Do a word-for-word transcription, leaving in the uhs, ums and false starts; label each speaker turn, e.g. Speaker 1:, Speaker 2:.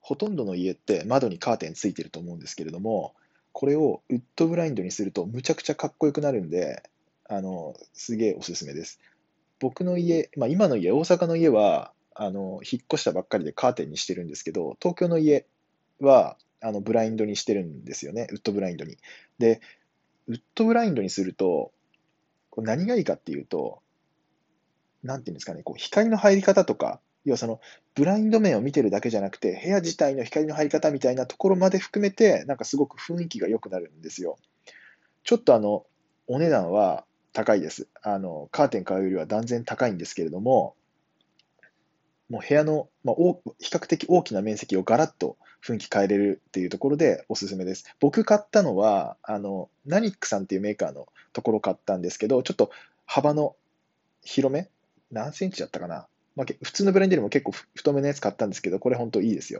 Speaker 1: ほとんどの家って窓にカーテンついてると思うんですけれども、これをウッドブラインドにするとむちゃくちゃかっこよくなるんで、あの、すげえおすすめです。僕の家、まあ、今の家、大阪の家は、あの、引っ越したばっかりでカーテンにしてるんですけど、東京の家は、あの、ブラインドにしてるんですよね、ウッドブラインドに。で、ウッドブラインドにすると、こう何がいいかっていうと、なんていうんですかね、こう光の入り方とか、要はそのブラインド面を見てるだけじゃなくて、部屋自体の光の入り方みたいなところまで含めて、なんかすごく雰囲気が良くなるんですよ。ちょっとあの、お値段は高いです。あの、カーテン買うよりは断然高いんですけれども、もう部屋の、まあ、お比較的大きな面積をガラッと雰囲気変えれるっていうところでおすすめです。僕買ったのは、あの、ナニックさんっていうメーカーのところ買ったんですけど、ちょっと幅の広め何センチだったかな、まあ、け普通のブラインドよりも結構ふ太めのやつ買ったんですけど、これ本当いいですよ。